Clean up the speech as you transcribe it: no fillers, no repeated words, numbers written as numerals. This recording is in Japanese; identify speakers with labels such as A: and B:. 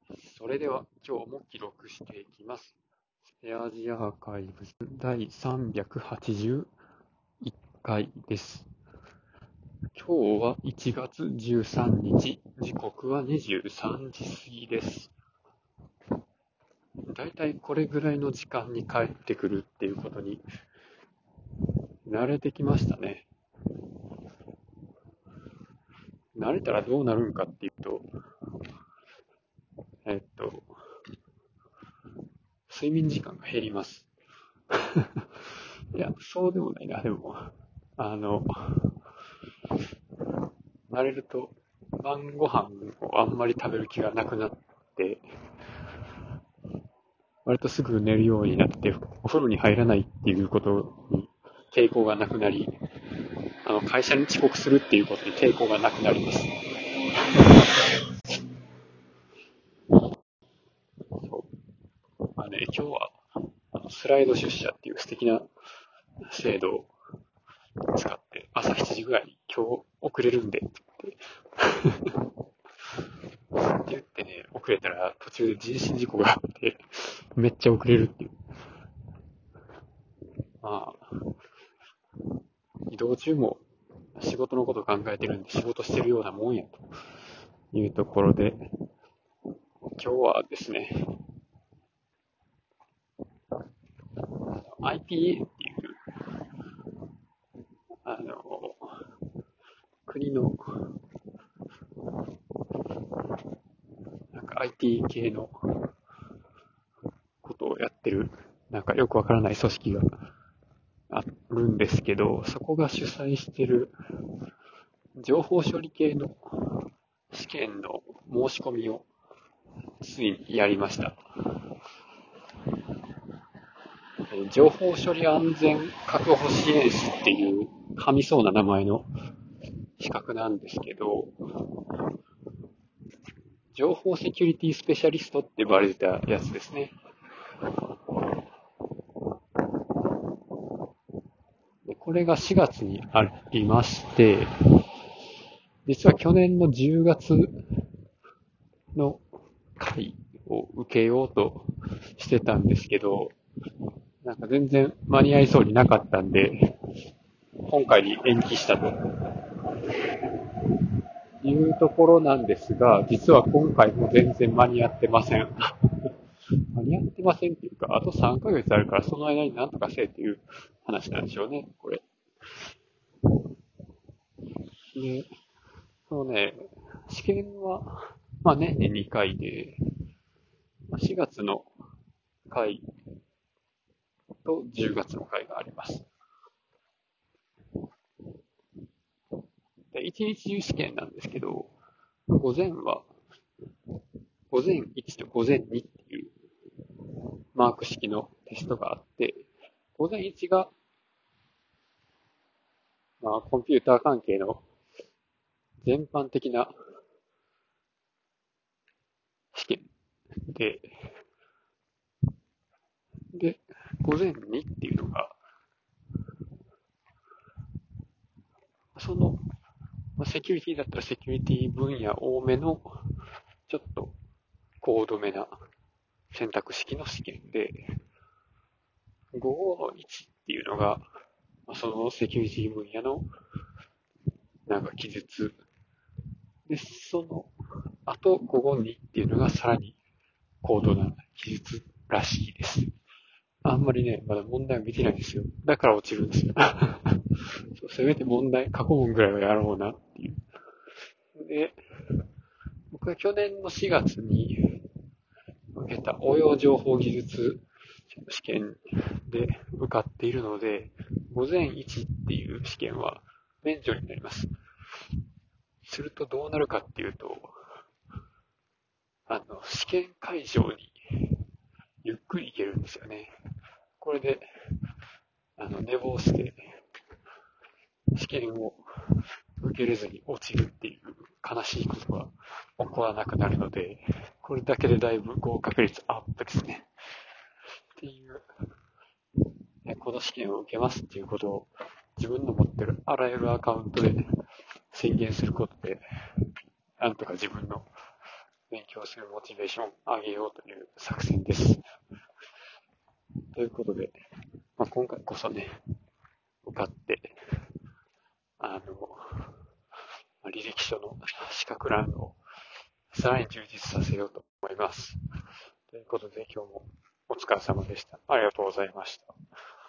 A: それでは今日も記録していきます。スペアジアアーカイブス第381回です。今日は1月13日、時刻は23時過ぎです。だいたいこれぐらいの時間に帰ってくるっていうことに慣れてきましたね。慣れたらどうなるんかっていうと、睡眠時間が減ります。いや、そうでもないな、でも。慣れると晩ご飯をあんまり食べる気がなくなって、割とすぐ寝るようになって、お風呂に入らないっていうことに抵抗がなくなり、会社に遅刻するっていうことに抵抗がなくなります。そう。今日は、スライド出社っていう素敵な制度を使って、朝7時ぐらいに今日遅れるんでって言ってね、遅れたら途中で人身事故があって、めっちゃ遅れるっていう。まあ、移動中も仕事のことを考えてるんで仕事してるようなもんやというところで、今日はですね、IPA っていう、あの、国の、なんか IT 系のことをやってる、なんかよくわからない組織があるんですけど、そこが主催してる情報処理系の試験の申し込みをついにやりました。情報処理安全確保支援士っていう噛みそうな名前の資格なんですけど、情報セキュリティスペシャリストって呼ばれてたやつですね。でこれが4月にありまして、実は去年の10月の会を受けようとしてたんですけど、なんか全然間に合いそうになかったんで、今回に延期したというところなんですが、実は今回も全然間に合ってません。間に合ってませんっていうか、あと3ヶ月あるからその間になんとかせえっていう話なんでしょうね、これ。で、そのね、試験は、まあ年に2回で、4月の回と10月の回があります。で、1日中試験なんですけど、午前は、午前1と午前2っていうマーク式のテストがあって、午前1が、まあ、コンピューター関係の全般的な試験で、午前2っていうのが、その、セキュリティだったらセキュリティ分野多めの、ちょっと高度めな選択式の試験で、午後の1っていうのが、そのセキュリティ分野のなんか記述。で、その後午後2っていうのがさらに高度な記述らしいです。あんまりね、まだ問題を見てないんですよ。だから落ちるんですよ。せめて問題、過去問ぐらいはやろうなっていう。で、僕は去年の4月に受けた応用情報技術試験で受かっているので、午前1っていう試験は免除になります。するとどうなるかっていうと、試験会場にゆっくり行けるんですよね。これで、寝坊して、試験を受けれずに落ちるっていう悲しいことが起こらなくなるので、これだけでだいぶ合格率アップですね。っていう、この試験を受けますっていうことを自分の持ってるあらゆるアカウントで宣言することで、なんとか自分の勉強するモチベーションを上げようという作戦です。ということで、今回こそね、受かって、履歴書の資格欄をさらに充実させようと思います。ということで今日もお疲れ様でした。ありがとうございました。